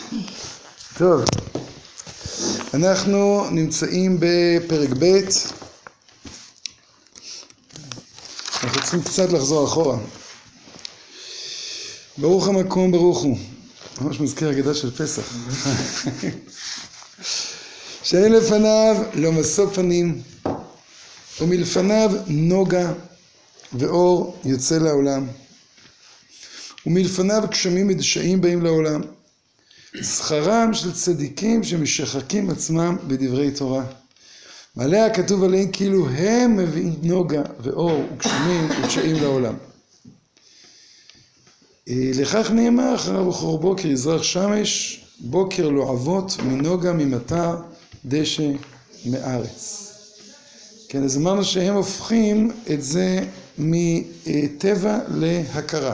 טוב, אנחנו נמצאים בפרק ב'. אנחנו צריכים קצת לחזור אחורה. ברוך המקום ברוך הוא. ממש מזכיר הגדה של פסח. שאין לפניו לא משוא פנים, ומלפניו נוגה ואור יוצא לעולם. ומלפניו גשמים מדשאים באים לעולם. שכרם של צדיקים שמשחקים עצמם בדברי תורה. מעלה הכתוב עליהם כאילו הם מביאים נוגה ואור וגשמים ודשאים לעולם. לכך נאמר אחריו וחור בוקר יזרח שמש, בוקר לועבות מנוגה ממטר דשא מארץ. כן, אז אמרנו שהם הופכים את זה מטבע להכרה.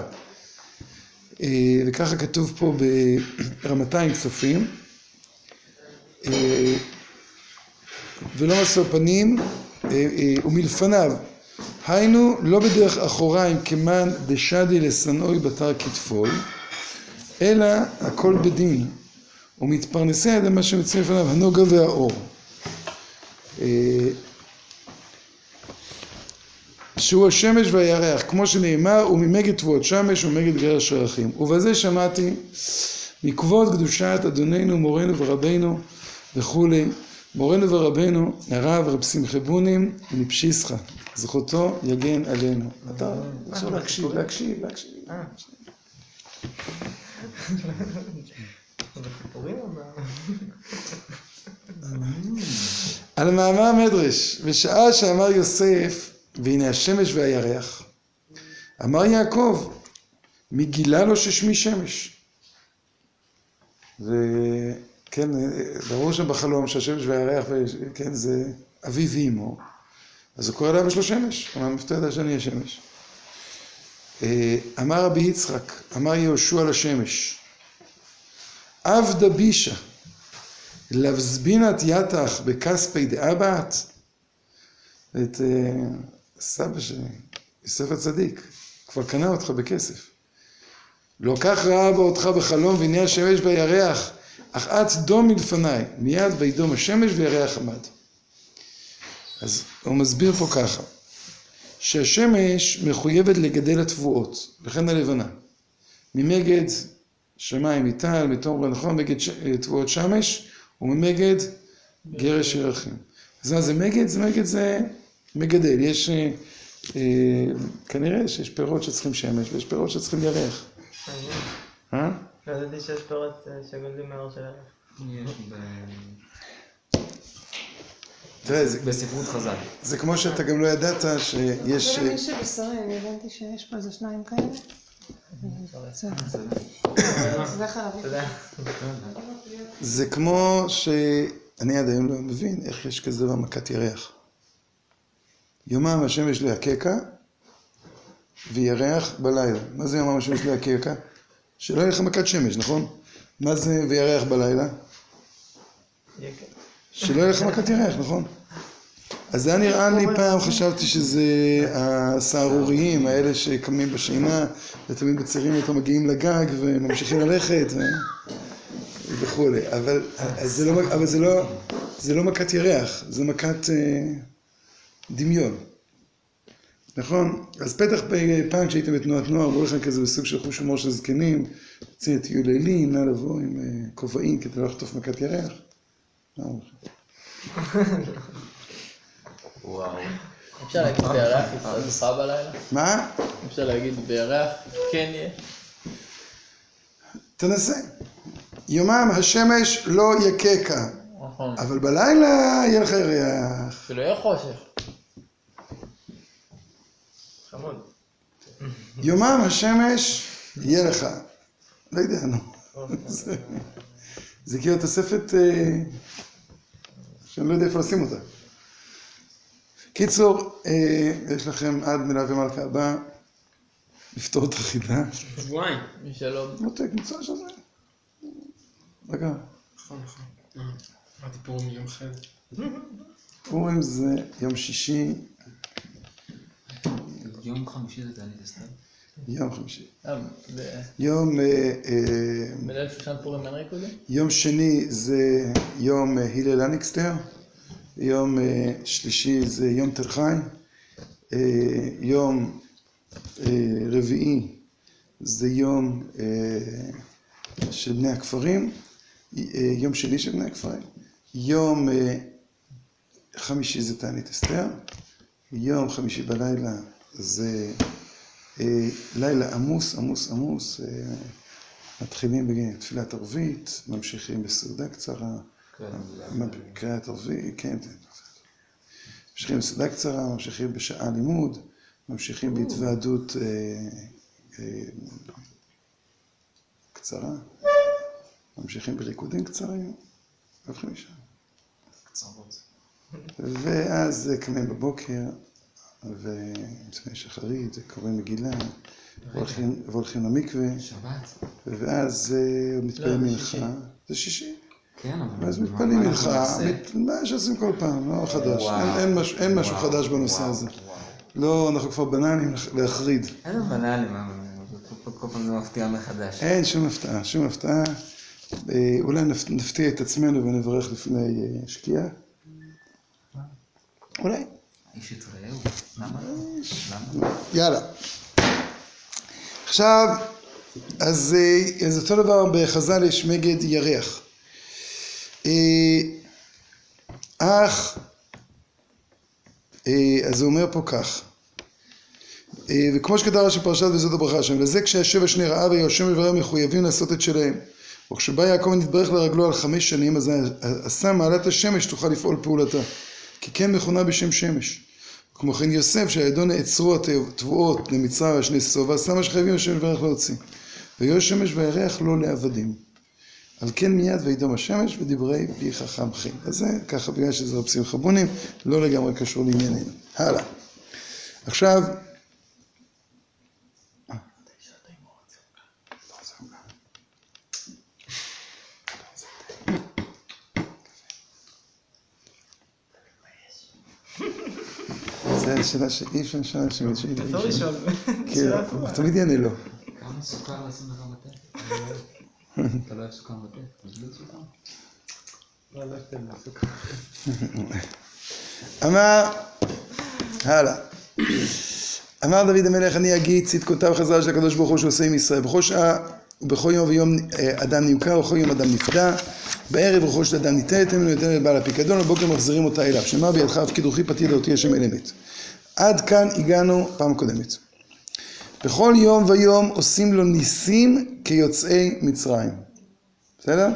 וככה כתוב פה ברמתיים צופים. ולא משוא פנים ומלפניו, היינו לא בדרך אחוריים כמן דשדי לסנאוי בתר כתפוי, אלא הכל בדין, ומתפרנסי עד מה שמצאים לפניו הנוגה והאור. שהוא השמש והירח, כמו שנאמר, וממגד תבואות שמש וממגד גרש רחים. ובזה שמעתי מכבוד קדושת אדוננו מורנו ורבנו וכולי. מורנו ורבנו הרב רב שמחה בונים מפשיסחה, זכותו יגן עלינו. אתה אפשר להקשיב. על מאמר מדרש, בשעה שאמר יוסף והנה השמש והירח, אמר יעקב מגילה לו ששמי שמש. וכן, ברור שבחלום שהשמש והירח, כן, זה אביו ואמו, אז הוא קורא לאבא שלו שמש, אמר מפתיע ידע שאני השמש. אמר רבי יצחק, אמר יהושע לשמש, עבדה בישה לבזבינת יתך בכספי דאבעת. את סבא שלי, יוסף הצדיק, כבר קנה אותך בכסף. לא כך ראה באותך בחלום והנה השמש והירח, אך את דום מלפניי, מיד וידום השמש וירח עמד. אז הוא מסביר פה ככה, שהשמש מחויבת לגדל התבואות, וכן הלבנה. ממגד שמיים איטל, מתום נכון, מגד תבואות שמש, וממגד גרש ירחים. אז מה זה מגד? זה מגד זה מגדל. יש, כנראה שיש פירות שצריכים שמש, ויש פירות שצריכים ירח. לא ידעתי שיש פירות שגודלים מהאור של ירח. תראה, בספרות חז"ל. זה כמו שאתה גם לא ידעת שיש... זה למי שבשרי, אני הבנתי שיש פה איזה שניים כאלה. זה כמו שאני עד היום לא מבין איך יש כזה דבר מכת ירח. יומם השמש לא יקקה וירח בלילה. מה זה יומם השמש לא יקקה? שלא יהיה לך מכת שמש, נכון? מה זה וירח בלילה? שלא יהיה לך מכת ירח, נכון? אז זה נראה לי פעם, חשבתי שזה הסהרוריים, האלה שקמים בשינה ותמיד בצעירים אותם מגיעים לגג וממשיכים ללכת וכו'. אבל זה לא מכת ירח, זה מכת דמיון. נכון? אז פתח פעם כשהייתם בתנועת נוער, אמרו לכם כזה בסוג של חוש הומור של זקנים, יוצאים טיול לילי, נא לבוא עם כובעים כדי לא לחטוף מכת ירח. מה אמרו לכם? וואו. אפשר להגיד בירח יצטרדך בלילה? מה? אפשר להגיד בירח כן יהיה? תנסה. יומם השמש לא יקקה, אבל בלילה יהיה לך ירח. שלא יהיה חושך. חמוד. יומם השמש יהיה לך. לא יודע, נו. זה כאילו תוספת שאני לא יודע איפה לשים אותה. קיצור, יש לכם עד מלווה מלכה הבא לפתור את החידה. שבועיים. משלום. מותק, מצוא שזה. רגע. נכון. אמרתי פורים יום אחר. פורים זה יום שישי. יום חמישי זה תענית אסתר? יום חמישי. ב- יום, בליל שושן פורים אין ריקודים? יום שני זה יום הלל אניקסטר, יום שלישי זה יום תל חי, יום רביעי זה יום של בני הכפרים, יום שני של בני הכפרים, יום חמישי זה תענית אסתר, יום חמישי בלילה זה לילה עמוס, עמוס, עמוס, מתחילים בתפילת ערבית, ממשיכים בסעודה קצרה, קריאת ערבית, כן, ממשיכים בסעודה קצרה, ממשיכים בשעה לימוד, ממשיכים בהתוועדות קצרה, ממשיכים בריקודים קצרים, הולכים משם. קצרות. ואז קמים בבוקר, ומצווה שחרית, קוראים מגילה, והולכים למקווה, שבת. ואז מתפלל מנחה. זה שישי. כן, אבל... ואז מתפללים מנחה, מה שעושים כל פעם, לא חדש. אין משהו חדש בנושא הזה. לא, אנחנו כבר בננים להחריד. איזה בננים, כל פעם זה מפתיע מחדש. אין שום הפתעה, שום הפתעה. אולי נפתיע את עצמנו ונברך לפני שקיעה. אולי. איש את רעהו. למה? יאללה. עכשיו, אז אותו דבר בחז"ל יש מגד ירח. אז הוא אומר פה כך. וכמו שכתב רש"י פרשת וזאת הברכה שם, לזה כשהשבע שני רעב ויהושע וברר מחויבים לעשות את שלהם. וכשבא יעקב נתברך לרגלו על 5 שנים, אז עשה מעלת השמש תוכל לפעול פעולתה. כי כן מכונה בשם שמש. כמו כן יוסף שהידו נעצרו התבואות למצרים והשני שובע, עשה מה שחייבים השמש וירח להוציא. ויהיו שמש וירח לא לעבדים. על כן מיד וידום השמש ודברי פי חכם חיים. אז זה ככה בגלל שזה רב שמחה בונים, לא לגמרי קשור לענייננו. הלאה. עכשיו, זה שאלה שאי אפשר לשאול שמית. אתה לא לשאול. כן, הוא תמיד יענה לו. כמה סוכר לשים לך בטף? אתה לא אוהב סוכר בטף? תזביא סוכר? לא, לא אכתב בסוכר. אמר, הלאה. אמר דוד המלך, אני אגיד צדקותיו וחסדיו של הקדוש ברוך הוא שעושה עם ישראל. בכל שעה ובכל יום ויום אדם נמכר, ובכל יום אדם נפדה. בערב רוחו של אדם ניתנת ממנו, ניתן לבעל הפיקדון, ובבוקר מחזירים אותה אליו. שמע בידך אף קידוחי פתיע דעותי השם אל אמת. עד כאן הגענו פעם הקודמת. בכל יום ויום עושים לו ניסים כיוצאי מצרים. בסדר?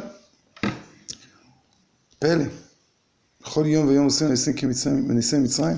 פלא. בכל יום ויום עושים לו ניסים כניסי מצרים.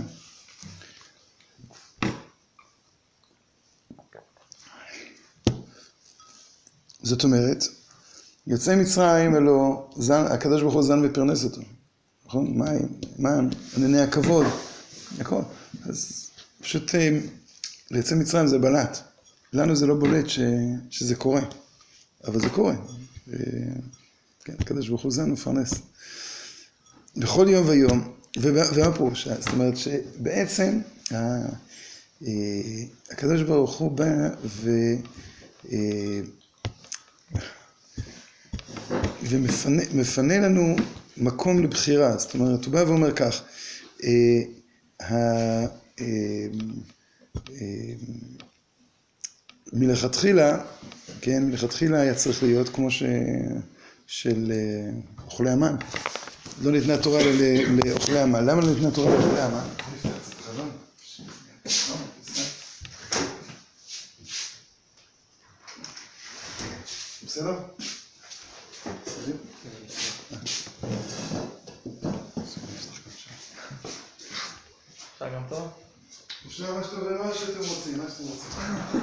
זאת אומרת, יוצאי מצרים אלו, הקדוש ברוך הוא זן ופרנס אותו. נכון? מים, ענני הכבוד, הכל. אז פשוט ליוצאי מצרים זה בלט. לנו זה לא בולט שזה קורה, אבל זה קורה. כן, הקדוש ברוך הוא זן ופרנס. בכל יום ויום, ומה פירוש? זאת אומרת שבעצם הקדוש ברוך הוא בא ומפנה לנו מקום לבחירה. זאת אומרת, הוא בא ואומר כך, מלכתחילה, כן, מלכתחילה היה צריך להיות כמו של אוכלי המן. לא ניתנה תורה לאוכלי המן. למה לא ניתנה תורה לאוכלי המן? בסדר? אפשר גם פה? אפשר מה שאתם רוצים, מה שאתם רוצים.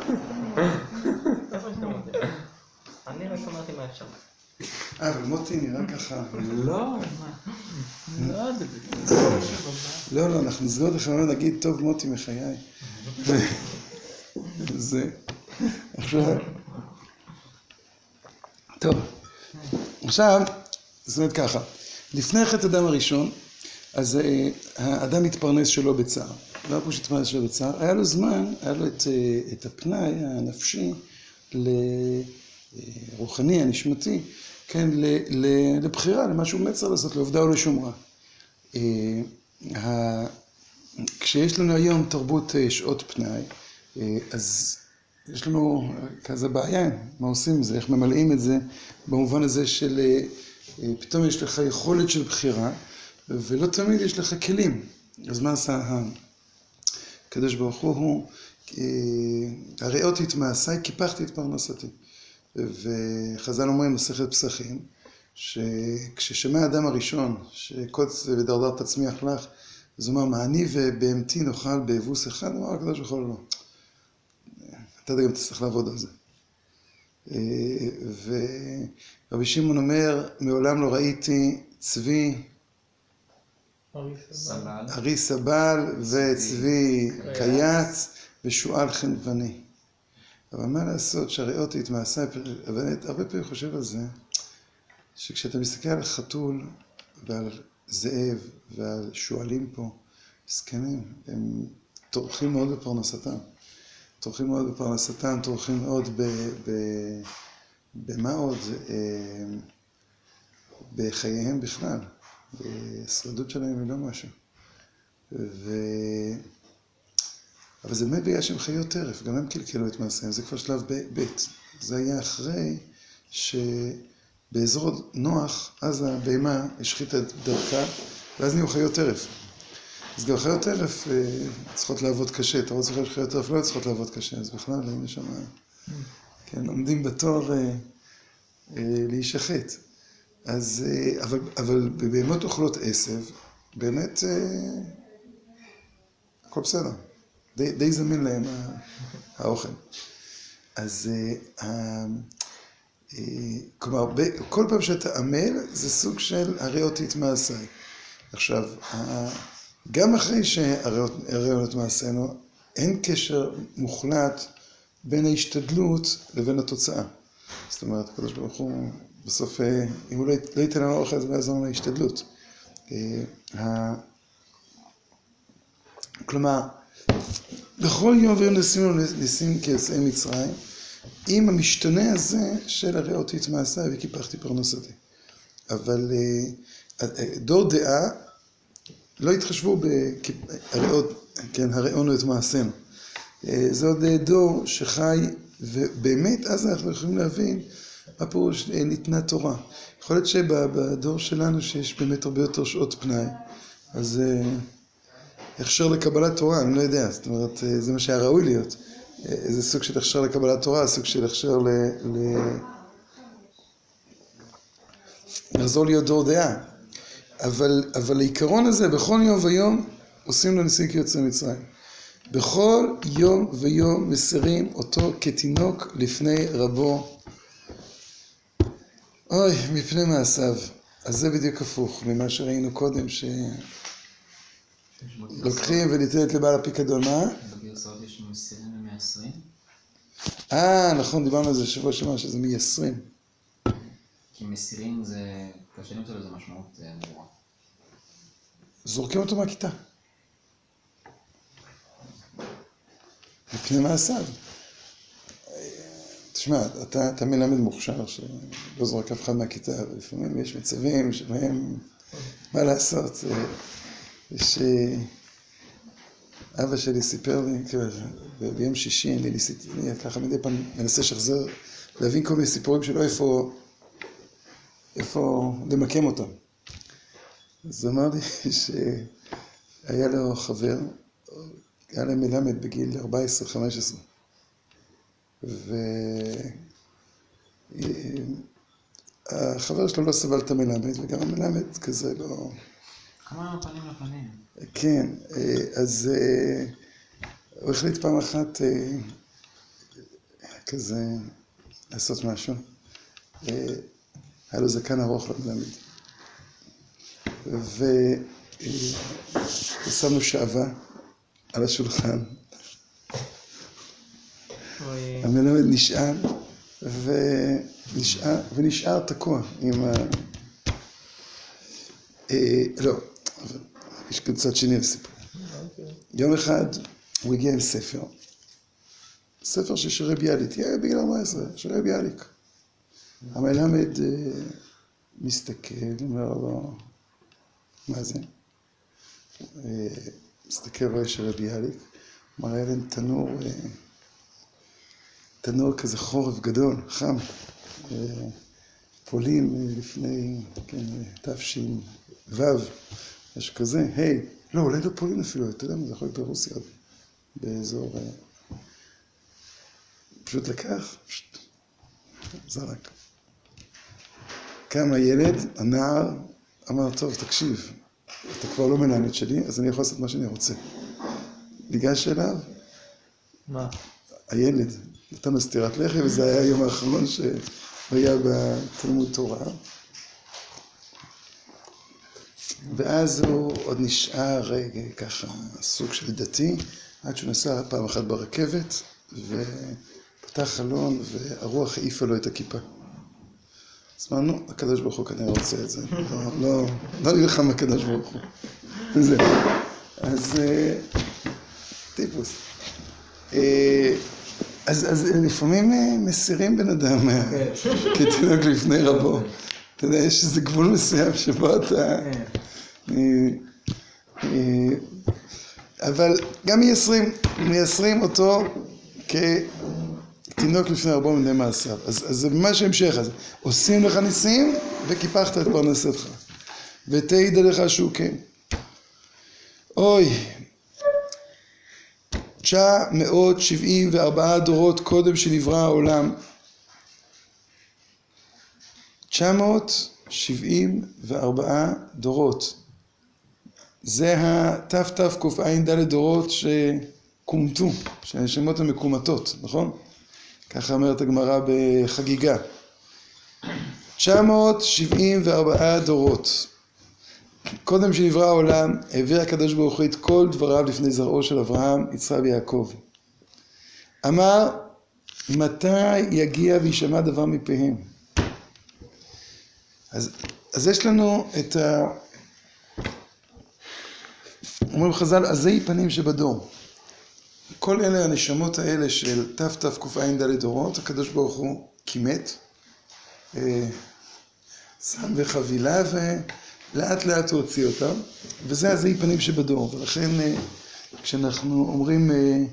אני רק אמרתי מה אפשר. אבל מוטי נראה ככה. לא, מה? לא, אנחנו נסגור לך נגיד, טוב מוטי מחיי. זה, עכשיו, טוב, עכשיו, זאת אומרת ככה, לפני חטא אדם הראשון, אז האדם מתפרנס שלא בצער. לא הפירוש התמעשה בצער, היה לו זמן, היה לו את הפנאי הנפשי לרוחני, הנשמתי, כן, לבחירה, למה שהוא מצר לעשות, לעובדה או לשומרה. כשיש לנו היום תרבות שעות פנאי, אז יש לנו כזה בעיה, מה עושים עם זה, איך ממלאים את זה, במובן הזה של פתאום יש לך יכולת של בחירה, ולא תמיד יש לך כלים. אז מה עשה הקדוש ברוך הוא? הראיתי את מעשיי, קיפחתי את פרנסתי. וחז"ל אומרים מסכת פסחים, שכששמע האדם הראשון, שקוץ ודרדר תצמיח לך, אז הוא אומר, מה אני ובהמתי נאכל באבוס אחד? אמר הקדוש ברוך הוא לא. אתה גם תצטרך לעבוד על זה. ורבי שמעון אומר, מעולם לא ראיתי צבי, ארי סבל וצבי קייץ ושועל חנווני. אבל מה לעשות שהראיתי את מעשיי, אבל אני הרבה פעמים חושב על זה, שכשאתה מסתכל על חתול ועל זאב ועל שועלים פה, זקנים, הם טורחים מאוד בפרנסתם. טורחים מאוד בפרנסתם, טורחים מאוד במה עוד? בחייהם בכלל. השרדות שלהם היא לא משהו. אבל זה באמת בגלל שהם חיות טרף, גם הם קלקלו את מעשיהם, זה כבר שלב ב'. זה היה אחרי שבאזור נוח, אז הבהמה השחיתה את דרכה, ואז נהיו חיות טרף. אז גם חיות טרף צריכות לעבוד קשה, אתה רוצה שחיות טרף לא צריכות לעבוד קשה, אז בכלל היינו שם, כן, עומדים בתור להישחט. אז, אבל בבהמות אוכלות עשב, באמת הכל בסדר. די זמין להם האוכל. אז כלומר, כל פעם שאתה עמל, זה סוג של הראיתי את מעשיי. עכשיו, גם אחרי שהראינו את מעשינו, אין קשר מוחלט בין ההשתדלות לבין התוצאה. זאת אומרת, הקדוש ברוך הוא, בסוף, אם הוא לא ייתן לנו אוכל, זה לא יעזור לנו ההשתדלות. כלומר, בכל יום ויום ניסים כיוצאי מצרים, עם המשתנה הזה של הראיתי את מעשיי וקיפחתי פרנסתי. אבל דור דעה לא התחשבו הראינו את מעשינו. זה עוד דור שחי, ובאמת אז אנחנו יכולים להבין מה פירוש ניתנה תורה. יכול להיות שבדור שלנו שיש באמת הרבה יותר שעות פנאי, אז הכשר לקבלת תורה, אני לא יודע, זאת אומרת, זה מה שהיה ראוי להיות. זה סוג של הכשר לקבלת תורה, סוג של הכשר לחזור להיות דור דעה. אבל העיקרון הזה, בכל יום ויום, עושים לו ניסים כיוצאי מצרים. בכל יום ויום מסירים אותו כתינוק לפני רבו. אוי, מפני מעשיו. אז זה בדיוק הפוך ממה שראינו קודם, לוקחים וניתנת לבעל הפיקדון, מה? בגרסאות יש מסירים ומייסרים? נכון, דיברנו על זה שבוע שעבר, שזה מייסרים. כי מסירים זה, קשה למצוא לזה משמעות ברורה. זורקים אותו מהכיתה. מפני מעשיו. תשמע, אתה מלמד מוכשר שלא זורק אף אחד מהכיתה, ולפעמים יש מצבים שבהם, מה לעשות? יש... אבא שלי סיפר לי, ביום שישי אני ניסיתי, ככה מדי פעם מנסה שחזר, להבין כל מיני סיפורים שלא איפה למקם אותם. אז אמר לי שהיה לו חבר, היה להם מלמד בגיל 14-15, והחבר שלו לא סבל את המלמד, וגם המלמד כזה לא... כמה פנים לפנים. כן, אז הוא החליט פעם אחת כזה לעשות משהו. היה לו זקן ארוך למלמד. ושמנו שעווה על השולחן. המלמד נשאר, ונשאר תקוע עם לא, יש קצת שני לסיפור. יום אחד הוא הגיע עם ספר. ספר של שירי ביאליק, תהיה בגיל 14, שירי ביאליק. המלמד מסתכל, אומר לו, מה זה? מסתכל רואה שירי ביאליק, מראה להם תנור כזה חורף גדול, חם. פולין לפני, כן, תש"ו, משהו כזה, היי, לא, אולי לא פולין אפילו, אתה יודע מה, זה יכול להיות ברוסיה, באזור, פשוט לקח, פשוט זרק. קם הילד, הנער, אמר, טוב, תקשיב, אתה כבר לא מלמד שלי, אז אני יכול לעשות מה שאני רוצה. ניגש אליו, מה? הילד, נתן לו סטירת לחי, וזה היה היום האחרון שהיה בתלמוד תורה. ואז הוא עוד נשאר ככה סוג של דתי, עד שהוא נסע פעם אחת ברכבת, ופתח חלון, והרוח העיפה לו את הכיפה. אז אמרנו, הקדוש ברוך הוא כנראה רוצה את זה, לא נלחם הקדוש ברוך הוא. זהו. אז טיפוס. אז לפעמים מסירים בן אדם כתינוק לפני רבו. אתה יודע, יש איזה גבול מסוים שבו אתה... אבל גם מייסרים אותו כתינוק לפני רבו מדי מעשיו. אז זה ממש המשך הזה. עושים לך ניסים וקיפחת את פרנסתך. ותעיד עליך שהוא כן. אוי, 974 דורות קודם שנברא העולם. 974 דורות. זה התתקע"ד דורות שקומתו, שהשמות המקומתות, נכון? ככה אומרת הגמרא בחגיגה. 974 דורות. קודם שנברא העולם, העביר הקדוש ברוך הוא את כל דבריו לפני זרעו של אברהם, יצחק ויעקב. אמר, מתי יגיע וישמע דבר מפיהם? אז יש לנו את אומרים חז"ל, עזי פנים שבדור. כל אלה הנשמות האלה של תתקע"ד דורות, הקדוש ברוך הוא כימת, שם בחבילה ולאט לאט הוא הוציא אותם, וזה עזי פנים שבדור. ולכן כשאנחנו אומרים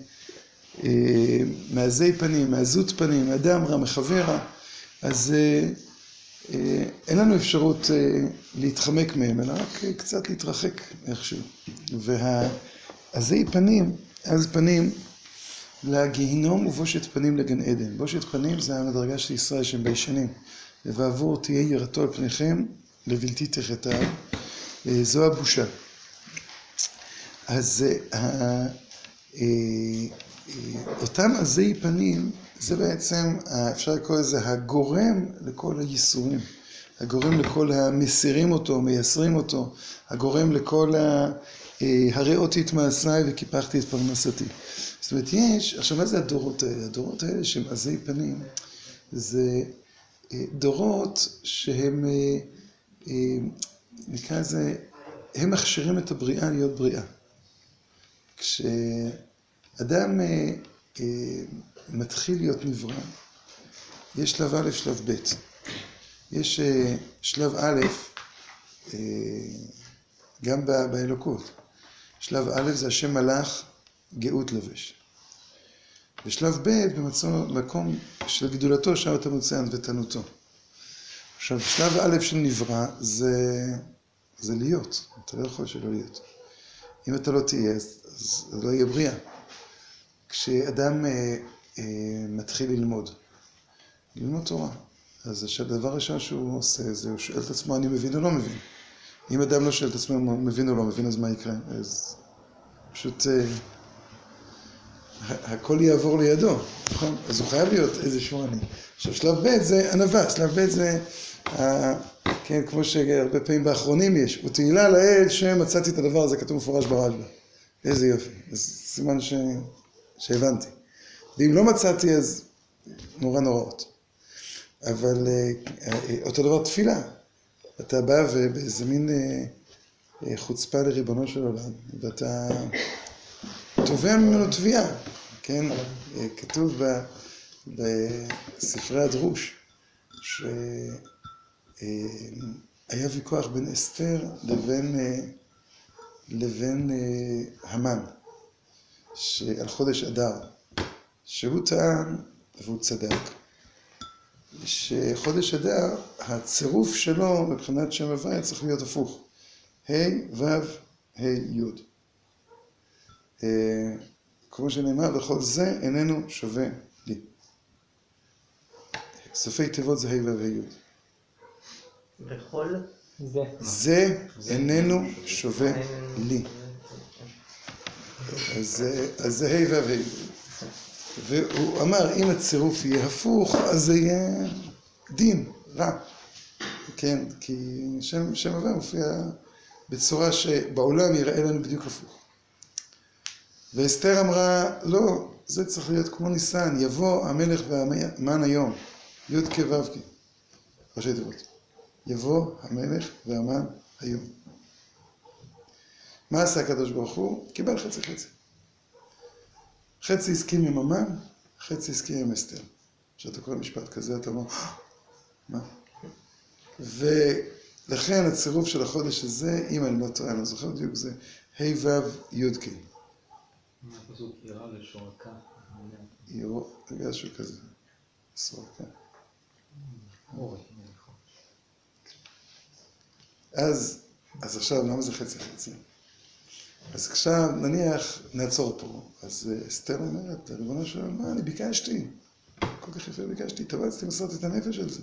מעזי פנים, מעזות פנים, מאדם רע, מחבר, אז אין לנו אפשרות להתחמק מהם, אלא רק קצת להתרחק איכשהו. והעזי פנים, עז פנים לגיהינום ובושת פנים לגן עדן. בושת פנים זה המדרגה של ישראל שהם ביישנים. ובעבור תהיה יראתו על פניכם לבלתי תחתיו. זו הבושה. אז אותם עזי פנים זה בעצם, אפשר לקרוא לזה הגורם לכל הייסורים. הגורם לכל המסירים אותו, מייסרים אותו. הגורם לכל הראותי את מעשיי וקיפחתי את פרנסתי. זאת אומרת, עכשיו מה זה הדורות האלה? הדורות האלה שהם עזי פנים, זה דורות שהם, נקרא לזה, הם מכשירים את הבריאה להיות בריאה. כשאדם מתחיל להיות נברא, יש שלב א', שלב ב'. יש שלב א', גם באלוקות. שלב א' זה השם מלאך גאות לבש. ושלב ב' במקום של גדולתו שם אתה מוצא ענוותנותו. עכשיו, שלב א' של נברא זה להיות. אתה לא יכול שלא להיות. אם אתה לא תהיה, אז לא יהיה בריאה. כשאדם מתחיל ללמוד תורה, אז הדבר הראשון שהוא עושה זה, הוא שואל את עצמו, אני מבין או לא מבין? אם אדם לא שואל את עצמו, מבין או לא מבין, אז מה יקרה? אז פשוט הכל יעבור לידו, נכון? אז הוא חייב להיות איזשהו אני. עכשיו, שלב ב' זה ענווה, שלב ב' זה, כן, כמו שהרבה פעמים באחרונים יש, ותהילה לאל שמצאתי את הדבר הזה, כתוב מפורש ברשב"א. איזה יופי, אז סימן שהבנתי. ואם לא מצאתי, אז נורא נוראות. אבל אותו דבר תפילה. אתה בא ובאיזה מין חוצפה לריבונו של עולם, ואתה תובע ממנו תביעה, כן? כתוב בספרי הדרוש, שהיה ויכוח בין אסתר לבין המן, על חודש אדר, שהוא טען, והוא צדק, שחודש אדר, הצירוף שלו מבחינת שם הוויה צריך להיות הפוך. ה' ו' ה' י'. כמו שנאמר, וכל זה איננו שווה לי. סופי תיבות זה ה' ו' ה' י'. וכל זה איננו שווה לי. אז זה ה' ו' ה' י'. והוא אמר, אם הצירוף יהיה הפוך, אז זה יהיה דין, רע. כן, כי שם הוויה מופיע בצורה שבעולם יראה לנו בדיוק הפוך. ואסתר אמרה, לא, זה צריך להיות כמו ניסן, יבוא המלך והמן היום, י' כ' ו' כ', ראשי תיבות. יבוא המלך והמן היום. מה עשה הקדוש ברוך הוא? קיבל חצי חצי. חצי הסכים עם המן, חצי הסכים עם אסתר. כשאתה קורא משפט כזה, אתה אומר, מה? ולכן הצירוף של החודש הזה, אם אני לא טועה, אני לא זוכר בדיוק, זה ה' ו' י' כ'. מה הפסוק יראה לשורקה? יראו, תגיד משהו כזה. סורקה. אורי. אז עכשיו, למה זה חצי חצי? אז עכשיו, נניח, נעצור פה. אז אסתר אומרת, ריבונו של עולם, מה אני ביקשתי? כל כך יפה ביקשתי, התאמצתי, מסרתי את הנפש על זה.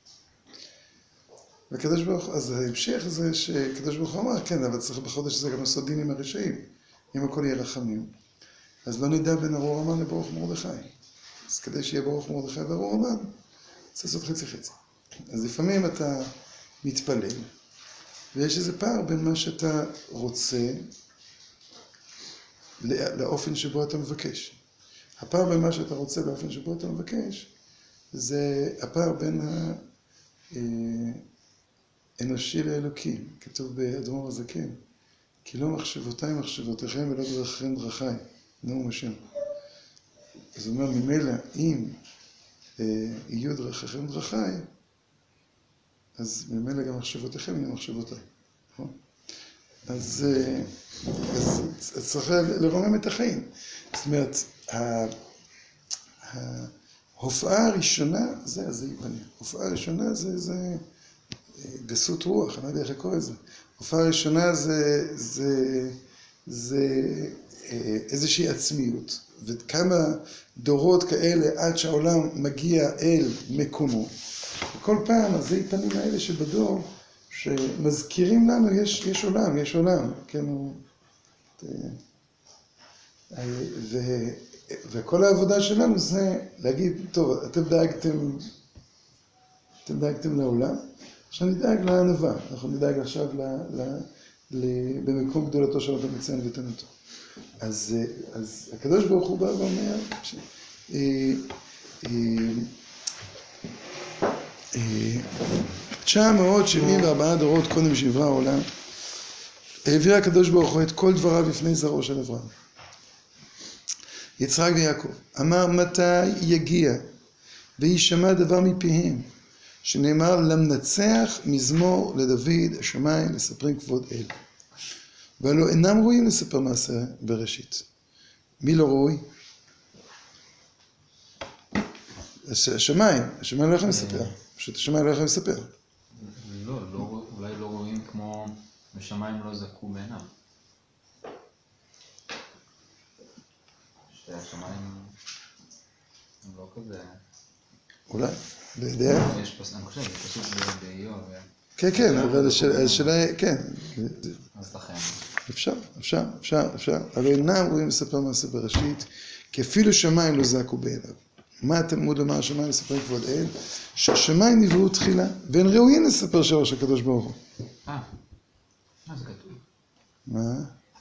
וקדוש ברוך הוא, אז ההמשך זה שקדוש ברוך הוא אמר, כן, אבל צריך בחודש הזה גם לעשות דין עם הרשעים. אם הכל יהיה רחמים. אז לא נדע בין ארור המן לברוך מרדכי. אז כדי שיהיה ברוך מרדכי וארור המן, צריך לעשות חצי חצי. אז לפעמים אתה מתפלל, ויש איזה פער בין מה שאתה רוצה לאופן שבו אתה מבקש. הפער בין מה שאתה רוצה לאופן שבו אתה מבקש, זה הפער בין האנושי לאלוקים. כתוב באדמו"ר הזקן, כי לא מחשבותיי מחשבותיכם ולא דרכיכם דרכיי, נאום השם. אז הוא אומר, ממילא, אם יהיו דרכיכם דרכיי, אז ממילא גם מחשבותיכם יהיו מחשבותיי. אז צריך לרומם את החיים. זאת אומרת, ההופעה הראשונה זה הזיפניה. ההופעה הראשונה זה גסות רוח, אני לא יודע איך לקרוא את זה. ההופעה הראשונה זה איזושהי עצמיות. וכמה דורות כאלה עד שהעולם מגיע אל מקומו. וכל פעם הזיפנים האלה שבדור, שמזכירים לנו, יש עולם, כן, וכל העבודה שלנו זה להגיד, טוב, אתם דאגתם לעולם, עכשיו נדאג לענווה, אנחנו נדאג עכשיו במקום גדולתו של אדם מציין ותנותו. אז הקדוש ברוך הוא בא ואומר, 974 דורות קודם שנברא העולם, העביר הקדוש ברוך הוא את כל דבריו לפני זרעו של אברהם. יצחק ויעקב. אמר, מתי יגיע וישמע דבר מפיהם, שנאמר, למנצח מזמור לדוד השמיים לספרים כבוד אל. והלא אינם ראויים לספר מעשה בראשית. מי לא ראוי? השמיים לא יכולים לספר. פשוט השמיים לא יכולים לספר. לא, אולי לא רואים כמו השמיים לא זכו בעיניו. שהשמיים הם לא כזה... אולי, בדעה. אני חושב, זה פשוט באיוב. כן, אבל השאלה, כן. אז לכן. אפשר. אבל אינם ראויים לספר מעשה בראשית, כי אפילו שמיים לא זכו בעיניו. מה התלמוד לומר השמיים לספר כבוד אל? שהשמיים נבראו תחילה, ואין ראויים לספר שורש הקדוש ברוך הוא. מה זה כתוב? מה?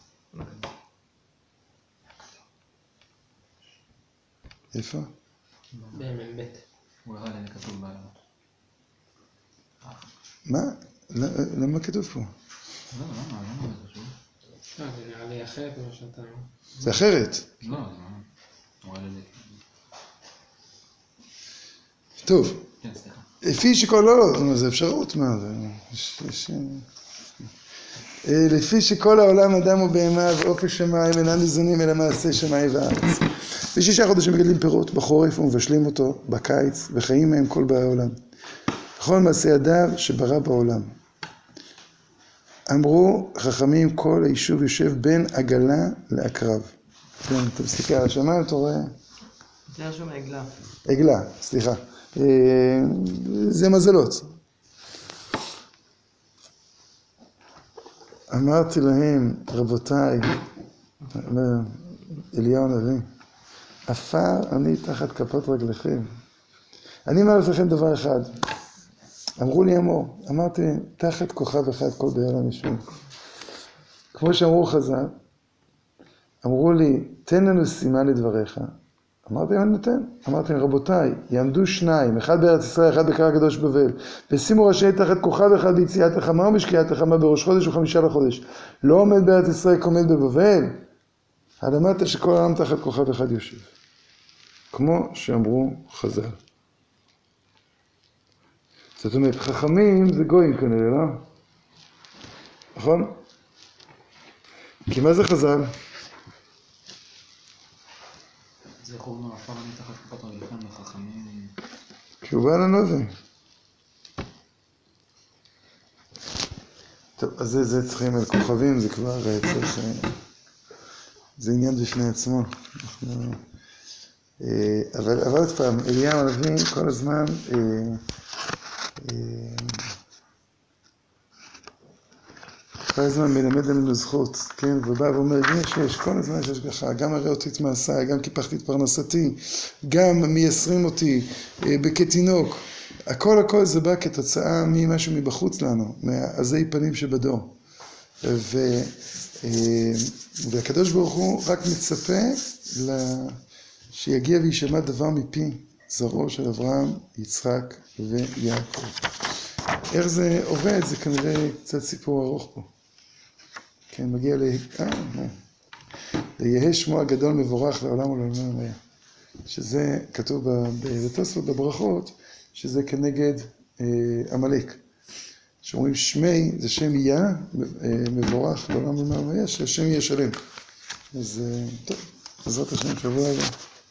איפה? באמת. הוא הראה לי כתוב בעיה. מה? למה כתוב פה? למה זה חשוב? זה נראה לי אחרת ממה שאתה... זה אחרת. לא, זה נראה לי... טוב. כן, סליחה. לפי שכל, לא, זה אפשרות, מה זה? לפי שכל העולם אדם ובהמה ואופי שמיים אינם ניזונים אלא מעשה שמיים וארץ. ב6 חודשים מגדלים פירות בחורף ומבשלים אותו בקיץ וחיים מהם כל באי העולם. בכל מעשה ידיו שברא בעולם. אמרו חכמים כל היישוב יושב בין עגלה לעקרב. כן, אתה מסתכל על השמיים, אתה רואה? זה רשום עגלה. עגלה, סליחה. זה מזלות. אמרתי להם, רבותיי, אליהו הנביא, עפר אני תחת כפות רגליכם. אני אומר לכם דבר אחד. אמרו לי אמור, אמרתי, תחת כוכב אחד כל בעולם ישבים. כמו שאמרו חז"ל, אמרו לי, תן לנו סימן לדבריך. אמרתי, אני נותן. אמרתי, רבותיי, יעמדו שניים, אחד בארץ ישראל, אחד בקר הקדוש בבל, ושימו ראשי תחת כוכב אחד ביציאת החמה ובשקיעת החמה בראש חודש ו5 לחודש. לא עומד בארץ ישראל כעומד בבבל, למדת שכל העולם תחת כוכב אחד יושב. כמו שאמרו חז"ל. זאת אומרת, חכמים זה גויים כנראה, לא? נכון? כי מה זה חז"ל? זה קוראים לו עפר אני תחת כפות רגליכם לחכמים... כי הוא בא לנביא. טוב, אז זה צריכים על כוכבים, זה כבר צריך... זה עניין בפני עצמו. אבל עוד פעם, אליהו הנביא כל הזמן... כל הזמן מלמד לנו זכות, כן? ובא ואומר, יש, כל הזמן יש השגחה, גם הראה אותי את מעשיי, גם קיפחתי את פרנסתי, גם מייסרים אותי כתינוק. הכל זה בא כתוצאה ממשהו מבחוץ לנו, מהעזי פנים שבדור. והקדוש ברוך הוא רק מצפה שיגיע וישמע דבר מפי זרעו של אברהם, יצחק ויעקב. איך זה עובד? זה כנראה קצת סיפור ארוך פה. כן, מגיע ליהא שמו הגדול מבורך לעולם ולעולם היה. שזה כתוב בתוספות בברכות, שזה כנגד עמלק. שאומרים שמי זה שם יהיה מבורך לעולם ולעולם היה, שהשם יהיה שלם. אז טוב, בעזרת השם שבוע הבא.